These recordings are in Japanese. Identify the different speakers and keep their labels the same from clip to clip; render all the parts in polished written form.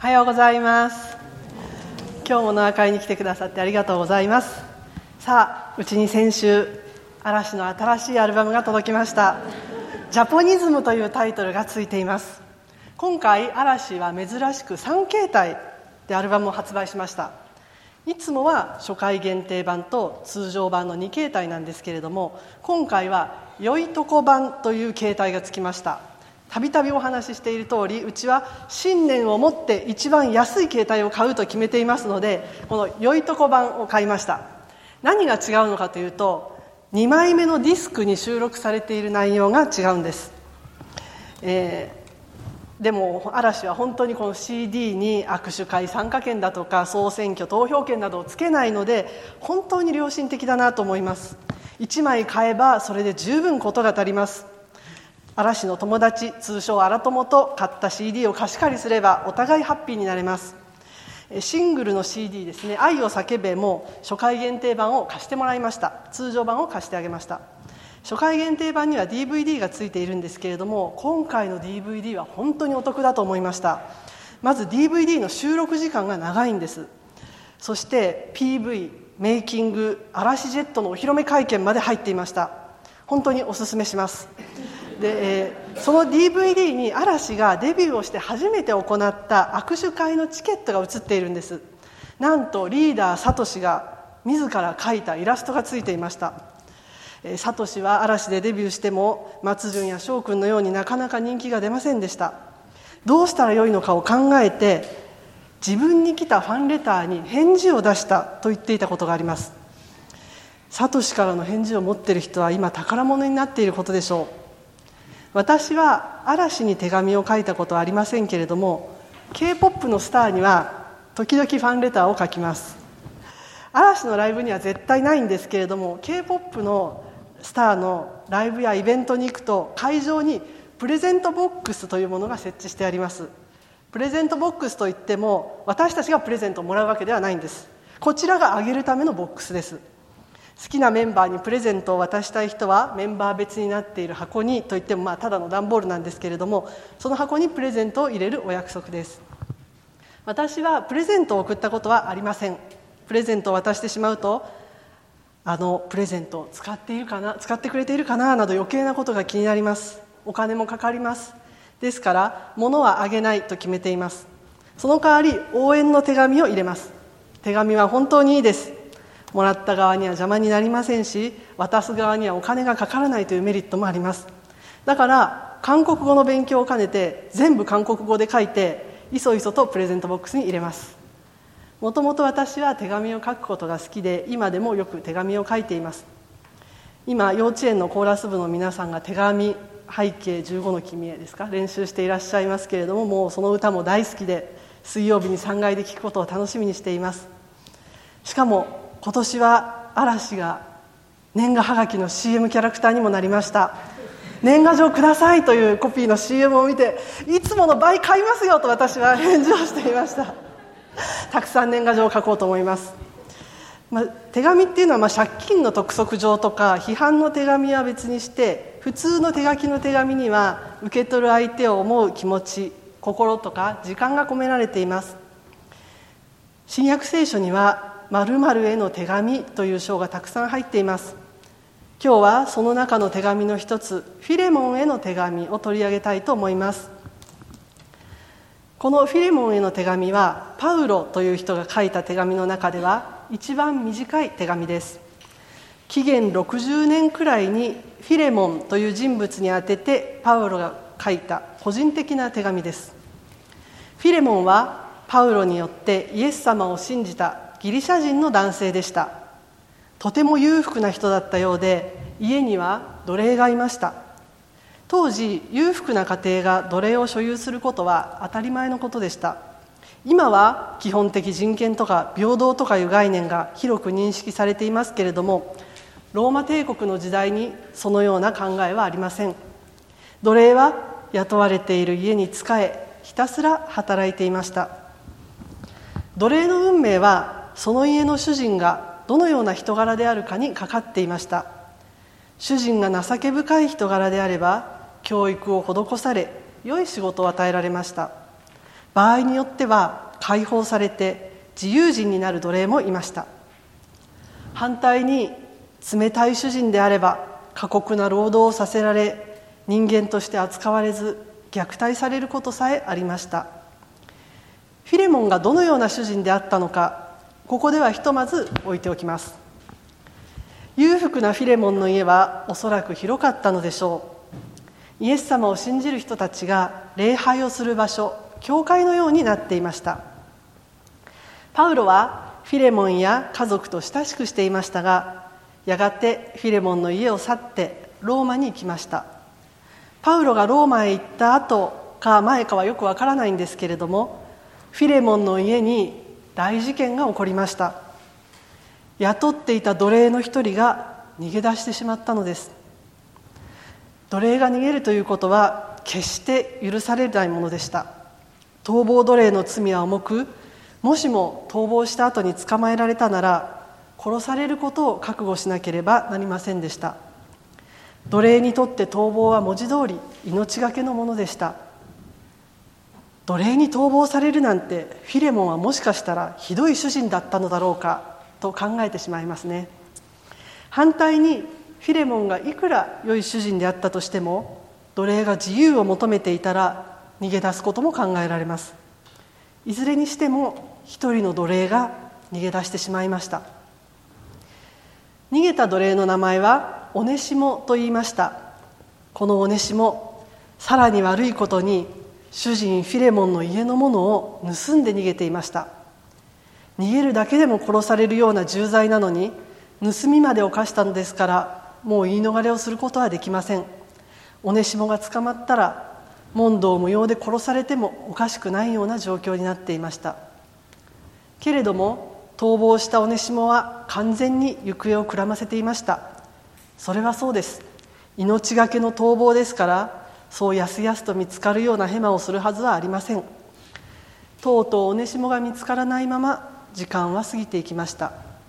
Speaker 1: はようございます。今日もノア会に来てくださってありがとうございます。さあ、うちに先週嵐の新しいアルバムが届きました。ジャポニズムというタイトルがついています。今回嵐は珍しく3形態でアルバムを発売しました。いつもは初回限定版と通常版の2形態なんですけれども、今回は良いとこ版という形態がつきました。たびたびお話ししている通り、うちは信念を持って一番安い形態を買うと決めていますので、この良いとこ版を買いました。何が違うのかというと、2枚目のディスクに収録されている内容が違うんです。でも嵐は本当にこの CD に握手会参加券だとか総選挙投票券などをつけないので、本当に良心的だなと思います。1枚買えばそれで十分事が足ります。嵐の友達、通称アラ友と買った CD を貸し借りすればお互いハッピーになれます。シングルの CD ですね、愛を叫べも初回限定版を貸してもらいました。通常版を貸してあげました。初回限定版には DVD がついているんですけれども、今回の DVD は本当にお得だと思いました。まず DVD の収録時間が長いんです。そして PV、メイキング、嵐ジェットのお披露目会見まで入っていました。本当におすすめします。で、その DVD に嵐がデビューをして初めて行った握手会のチケットが写っているんです。なんとリーダーサトシが自ら描いたイラストがついていました。サトシは嵐でデビューしても松潤や翔くんのようになかなか人気が出ませんでした。どうしたらよいのかを考えて、自分に来たファンレターに返事を出したと言っていたことがあります。サトシからの返事を持っている人は今宝物になっていることでしょう。私は嵐に手紙を書いたことはありませんけれども、 K-POP のスターには時々ファンレターを書きます。嵐のライブには絶対ないんですけれども、 K-POP のスターのライブやイベントに行くと会場にプレゼントボックスというものが設置してあります。プレゼントボックスといっても私たちがプレゼントをもらうわけではないんです。こちらがあげるためのボックスです。好きなメンバーにプレゼントを渡したい人はメンバー別になっている箱に、といってもただの段ボールなんですけれども、その箱にプレゼントを入れるお約束です。私はプレゼントを送ったことはありません。プレゼントを渡してしまうと、プレゼントを使ってくれているかななど余計なことが気になります。お金もかかります。ですから物はあげないと決めています。その代わり応援の手紙を入れます。手紙は本当にいいです。もらった側には邪魔になりませんし、渡す側にはお金がかからないというメリットもあります。だから韓国語の勉強を兼ねて全部韓国語で書いて、いそいそとプレゼントボックスに入れます。もともと私は手紙を書くことが好きで、今でもよく手紙を書いています。今幼稚園のコーラス部の皆さんが手紙、背景15の君へですか、練習していらっしゃいますけれども、もうその歌も大好きで、水曜日に3階で聴くことを楽しみにしています。しかも今年は嵐が年賀はがきの CM キャラクターにもなりました。年賀状くださいというコピーの CM を見て、いつもの倍買いますよと私は返事をしていました。たくさん年賀状を書こうと思います。手紙っていうのは借金の督促状とか批判の手紙は別にして、普通の手書きの手紙には受け取る相手を思う気持ち、心とか時間が込められています。新約聖書には〇〇への手紙という章がたくさん入っています。今日はその中の手紙の一つ、フィレモンへの手紙を取り上げたいと思います。このフィレモンへの手紙はパウロという人が書いた手紙の中では一番短い手紙です。紀元60年くらいにフィレモンという人物に宛ててパウロが書いた個人的な手紙です。フィレモンはパウロによってイエス様を信じたギリシャ人の男性でした。とても裕福な人だったようで、家には奴隷がいました。当時裕福な家庭が奴隷を所有することは当たり前のことでした。今は基本的人権とか平等とかいう概念が広く認識されていますけれども、ローマ帝国の時代にそのような考えはありません。奴隷は雇われている家に仕え、ひたすら働いていました。奴隷の運命はその家の主人がどのような人柄であるかにかかっていました。主人が情け深い人柄であれば教育を施され、良い仕事を与えられました。 場合によっては解放されて自由人になる奴隷もいました。反対に冷たい主人であれば過酷な労働をさせられ、人間として扱われず虐待されることさえありました。フィレモンがどのような主人であったのか、ここではひとまず置いておきます。裕福なフィレモンの家はおそらく広かったのでしょう。イエス様を信じる人たちが礼拝をする場所、教会のようになっていました。パウロはフィレモンや家族と親しくしていましたが、やがてフィレモンの家を去ってローマに行きました。パウロがローマへ行った後か前かはよくわからないんですけれども、フィレモンの家に大事件が起こりました。雇っていた奴隷の一人が逃げ出してしまったのです。奴隷が逃げるということは決して許されないものでした。逃亡奴隷の罪は重く、もしも逃亡した後に捕まえられたなら殺されることを覚悟しなければなりませんでした。奴隷にとって逃亡は文字通り命がけのものでした。奴隷に逃亡されるなんて、フィレモンはもしかしたらひどい主人だったのだろうかと考えてしまいますね。反対にフィレモンがいくら良い主人であったとしても、奴隷が自由を求めていたら逃げ出すことも考えられます。いずれにしても一人の奴隷が逃げ出してしまいました。逃げた奴隷の名前はオネシモと言いました。このオネシモ、さらに悪いことに主人フィレモンの家のものを盗んで逃げていました。逃げるだけでも殺されるような重罪なのに、盗みまで犯したのですから、もう言い逃れをすることはできません。オネシモが捕まったら問答無用で殺されてもおかしくないような状況になっていました。けれども逃亡したオネシモは完全に行方をくらませていました。それはそうです。命がけの逃亡ですから、そうやすやすと見つかるようなヘマをするはずはありません。とうとうオネシモが見つからないまま時間は過ぎていきました。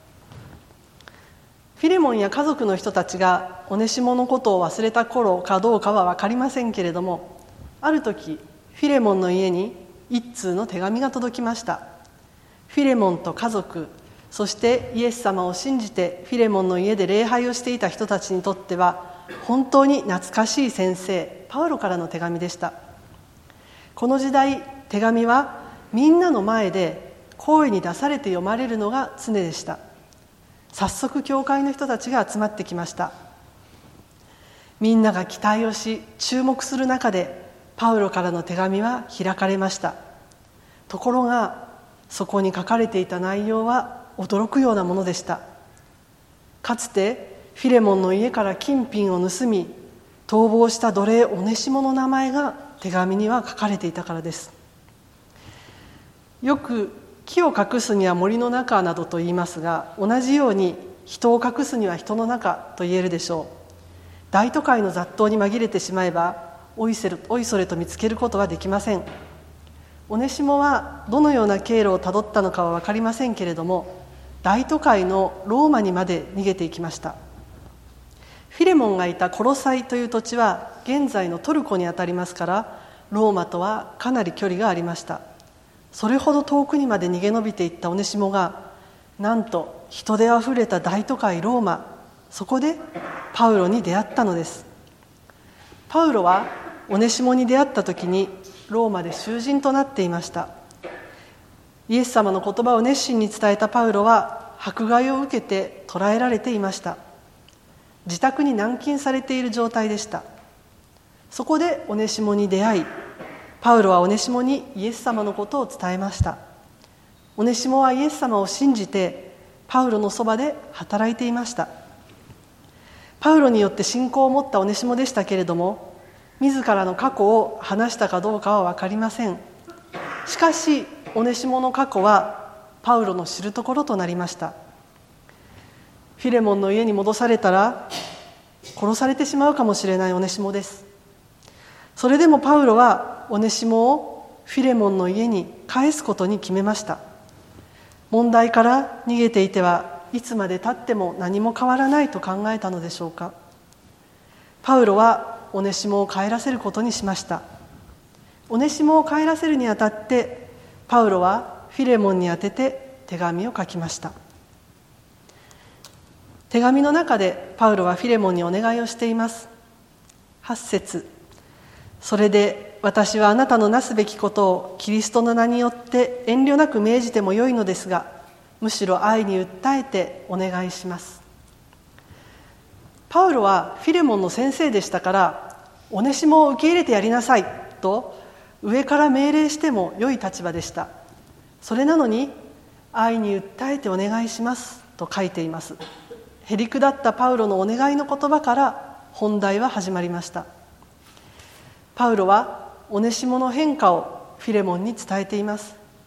Speaker 1: フィレモンや家族の人たちがオネシモのことを忘れた頃かどうかは分かりませんけれども、ある時フィレモンの家に一通の手紙が届きました。フィレモンと家族、そしてイエス様を信じてフィレモンの家で礼拝をしていた人たちにとっては本当に懐かしい先生パウロからの手紙でした。この時代、手紙はみんなの前で声に出されて読まれるのが常でした。早速教会の人たちが集まってきました。みんなが期待をし注目する中でパウロからの手紙は開かれました。ところがそこに書かれていた内容は驚くようなものでした。かつてフィレモンの家から金品を盗み逃亡した奴隷オネシモの名前が手紙には書かれていたからです。よく木を隠すには森の中などと言いますが、同じように人を隠すには人の中と言えるでしょう。大都会の雑踏に紛れてしまえばおいそれと見つけることはできません。オネシモはどのような経路をたどったのかは分かりませんけれども、大都会のローマにまで逃げていきました。フィレモンがいたコロサイという土地は現在のトルコにあたりますから、ローマとはかなり距離がありました。それほど遠くにまで逃げ延びていったオネシモが、なんと人であふれた大都会ローマ、そこでパウロに出会ったのです。パウロはオネシモに出会った時にローマで囚人となっていました。イエス様の言葉を熱心に伝えたパウロは迫害を受けて捕らえられていました。自宅に軟禁されている状態でした。そこでオネシモに出会い、パウロはオネシモにイエス様のことを伝えました。オネシモはイエス様を信じてパウロのそばで働いていました。パウロによって信仰を持ったオネシモでしたけれども、自らの過去を話したかどうかは分かりません。しかしオネシモの過去はパウロの知るところとなりました。フィレモンの家に戻されたら殺されてしまうかもしれないオネシモです。それでもパウロはオネシモをフィレモンの家に返すことに決めました。問題から逃げていてはいつまで経っても何も変わらないと考えたのでしょうか。パウロはオネシモを帰らせることにしました。オネシモを帰らせるにあたってパウロはフィレモンに宛てて手紙を書きました。手紙の中でパウロはフィレモンにお願いをしています。8節、それで私はあなたのなすべきことをキリストの名によって遠慮なく命じてもよいのですが、むしろ愛に訴えてお願いします。パウロはフィレモンの先生でしたから、オネシモを受け入れてやりなさいと上から命令しても良い立場でした。それなのに愛に訴えてお願いしますと書いています。へりくだったパウロのお願いの言葉から本題は始まりました。パウロはオネシモの変化をフィレモンに伝えています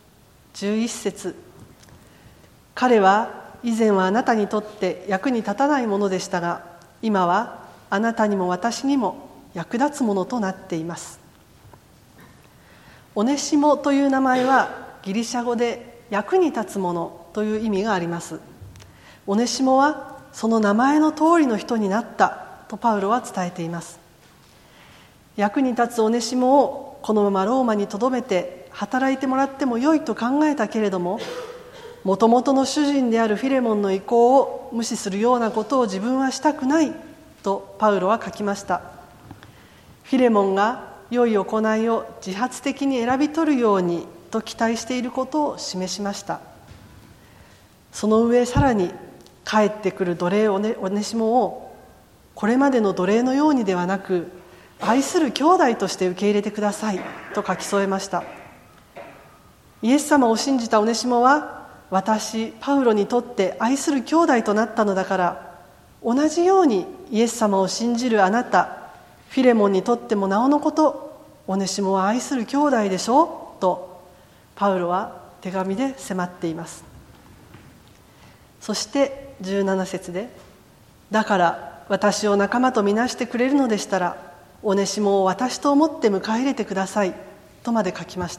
Speaker 1: 。11節、彼は以前はあなたにとって役に立たないものでしたが、今はあなたにも私にも役立つものとなっています。オネシモという名前はギリシャ語で役に立つものという意味があります。オネシモはその名前の通りの人になったとパウロは伝えています。役に立つオネシモをこのままローマにとどめて働いてもらってもよいと考えたけれども、もともとの主人であるフィレモンの意向を無視するようなことを自分はしたくないとパウロは書きました。フィレモンが良い行いを自発的に選び取るようにと期待していることを示しました。その上さらに帰ってくる奴隷オネシモをこれまでの奴隷のようにではなく愛する兄弟として受け入れてくださいと書き添えました。イエス様を信じたオネシモは、私パウロにとって愛する兄弟となったのだから、同じようにイエス様を信じるあなたフィレモンにとってもなおのこと、オネシモは愛する兄弟でしょうとパウロは手紙で迫っています。そして17節で、だから私を仲間とみなしてくれるのでしたら、オネシモを私と思って迎え入れてくださいとまで書きました。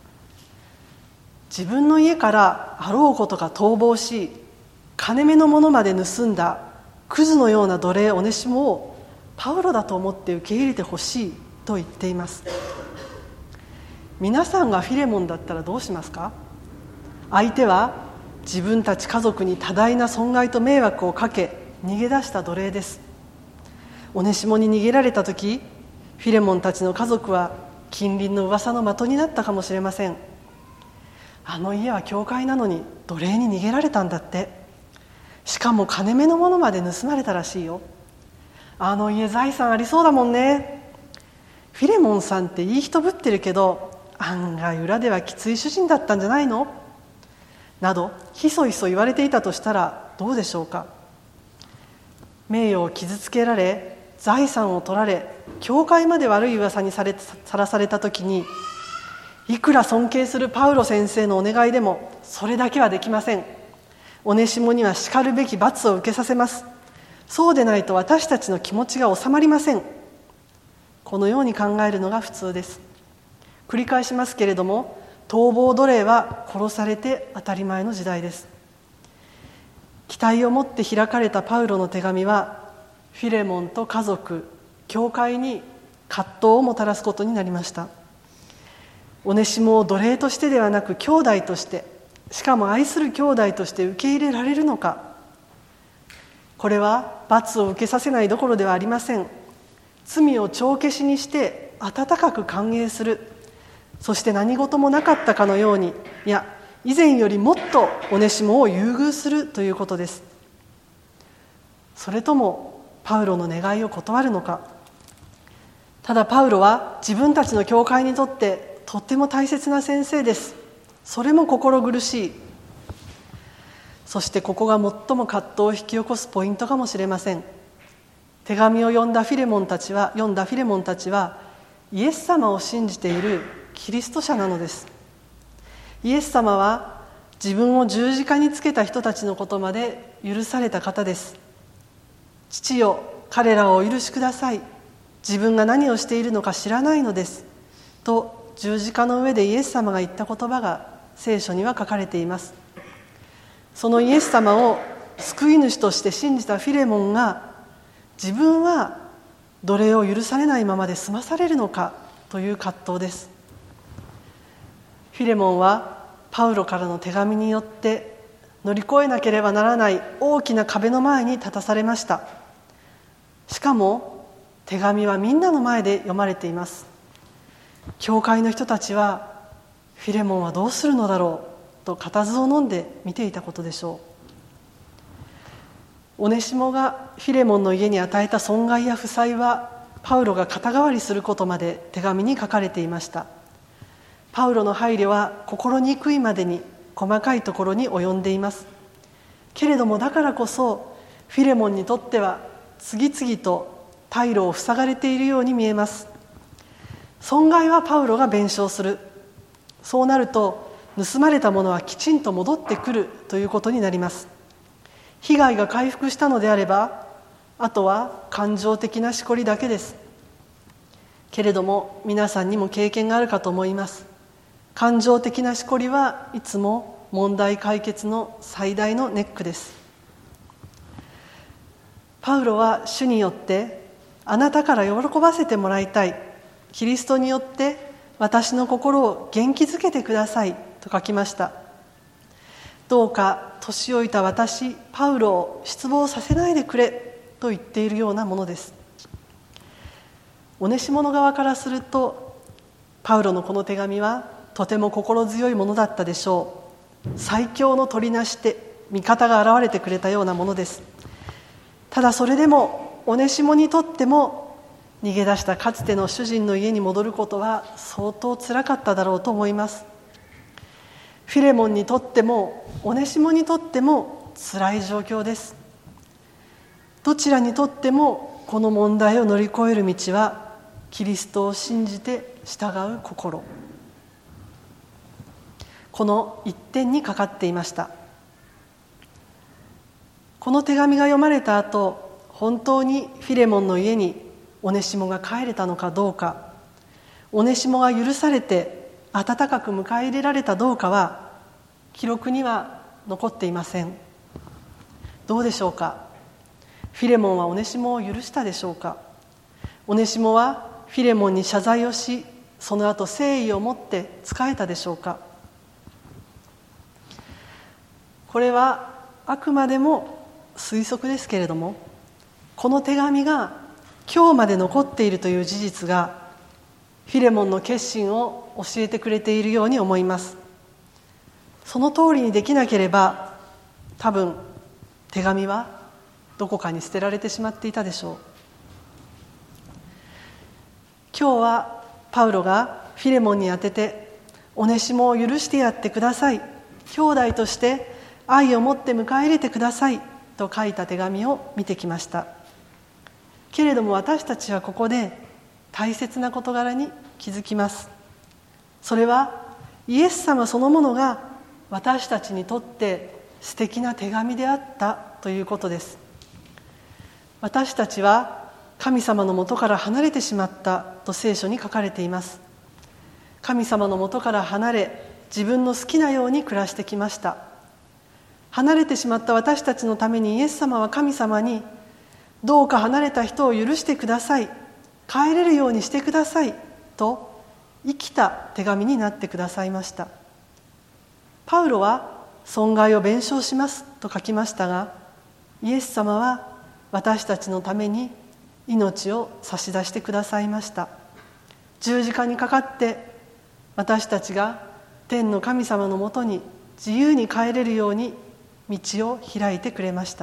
Speaker 1: 自分の家からあろうことか逃亡し、金目のものまで盗んだクズのような奴隷オネシモをパウロだと思って受け入れてほしいと言っています。皆さんがフィレモンだったらどうしますか？相手は自分たち家族に多大な損害と迷惑をかけ逃げ出した奴隷です。オネシモに逃げられた時、フィレモンたちの家族は近隣の噂の的になったかもしれません。あの家は教会なのに奴隷に逃げられたんだって。しかも金目のものまで盗まれたらしいよ。あの家財産ありそうだもんね。フィレモンさんっていい人ぶってるけど、案外裏ではきつい主人だったんじゃないの？などひそひそ言われていたとしたらどうでしょうか。名誉を傷つけられ、財産を取られ、教会まで悪い噂にさらされた時に、いくら尊敬するパウロ先生のお願いでもそれだけはできません。オネシモにはしかるべき罰を受けさせます。そうでないと私たちの気持ちが収まりません。このように考えるのが普通です。繰り返しますけれども、逃亡奴隷は殺されて当たり前の時代です。期待を持って開かれたパウロの手紙は、フィレモンと家族、教会に葛藤をもたらすことになりました。オネシモを奴隷としてではなく兄弟として、しかも愛する兄弟として受け入れられるのか。これは罰を受けさせないどころではありません。罪を帳消しにして温かく歓迎する。そして何事もなかったかのように、いや以前よりもっとオネシモを優遇するということです。それともパウロの願いを断るのか。ただパウロは自分たちの教会にとってとっても大切な先生です。それも心苦しい。そしてここが最も葛藤を引き起こすポイントかもしれません。手紙を読んだフィレモンたちはイエス様を信じているキリスト者なのです。イエス様は自分を十字架につけた人たちのことまで許された方です。父よ、彼らをお許しください。自分が何をしているのか知らないのですと十字架の上でイエス様が言った言葉が聖書には書かれています。そのイエス様を救い主として信じたフィレモンが、自分は奴隷を許されないままで済まされるのかという葛藤です。 フィレモンはパウロからの手紙によって乗り越えなければならない大きな壁の前に立たされました。しかも手紙はみんなの前で読まれています。教会の人たちはフィレモンはどうするのだろうと固唾を飲んで見ていたことでしょう。オネシモがフィレモンの家に与えた損害や負債はパウロが肩代わりすることまで手紙に書かれていました。パウロの配慮は心にくいまでに細かいところに及んでいます。けれどもだからこそフィレモンにとっては次々と退路を塞がれているように見えます。損害はパウロが弁償する。そうなると盗まれたものはきちんと戻ってくるということになります。被害が回復したのであれば、あとは感情的なしこりだけです。けれども皆さんにも経験があるかと思います。感情的なしこりはいつも問題解決の最大のネックです。パウロは主によってあなたから喜ばせてもらいたい、キリストによって私の心を元気づけてくださいと書きました。どうか年老いた私パウロを失望させないでくれと言っているようなものです。オネシモの側からするとパウロのこの手紙はとても心強いものだったでしょう。最強の取りなし手、味方が現れてくれたようなものです。ただそれでもオネシモにとっても逃げ出したかつての主人の家に戻ることは相当つらかっただろうと思います。フィレモンにとってもオネシモにとっても辛い状況です。どちらにとってもこの問題を乗り越える道はキリストを信じて従う心、この一点にかかっていました。この手紙が読まれた後、本当にフィレモンの家にオネシモが帰れたのかどうか、オネシモが許されて温かく迎え入れられたどうかは記録には残っていません。どうでしょうか。フィレモンはオネシモを許したでしょうか。オネシモはフィレモンに謝罪をし、その後誠意を持って仕えたでしょうか。これはあくまでも推測ですけれども、この手紙が今日まで残っているという事実がフィレモンの決心を教えてくれているように思います。その通りにできなければ多分手紙はどこかに捨てられてしまっていたでしょう。今日はパウロがフィレモンに宛ててオネシモを許してやってください、兄弟として愛を持って迎え入れてくださいと書いた手紙を見てきました。けれども私たちはここで大切な事柄に気づきます。それはイエス様そのものが私たちにとって素敵な手紙であったということです。私たちは神様のもとから離れてしまったと聖書に書かれています。神様のもとから離れ、自分の好きなように暮らしてきました。離れてしまった私たちのためにイエス様は神様に、どうか離れた人を許してください、帰れるようにしてくださいと生きた手紙になってくださいました。パウロは損害を弁償しますと書きましたが、イエス様は私たちのために命を差し出してくださいました。十字架にかかって私たちが天の神様のもとに自由に帰れるように道を開いてくれました。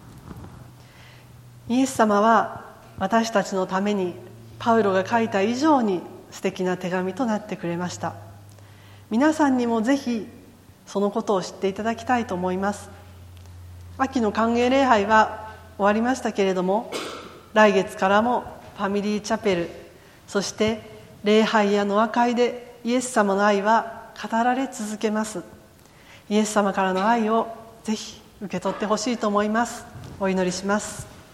Speaker 1: イエス様は私たちのためにパウロが書いた以上に素敵な手紙となってくれました。皆さんにもぜひそのことを知っていただきたいと思います。秋の歓迎礼拝は終わりましたけれども、来月からもファミリーチャペル、そして礼拝やノア会でイエス様の愛は語られ続けます。イエス様からの愛をぜひ受け取ってほしいと思います。お祈りします。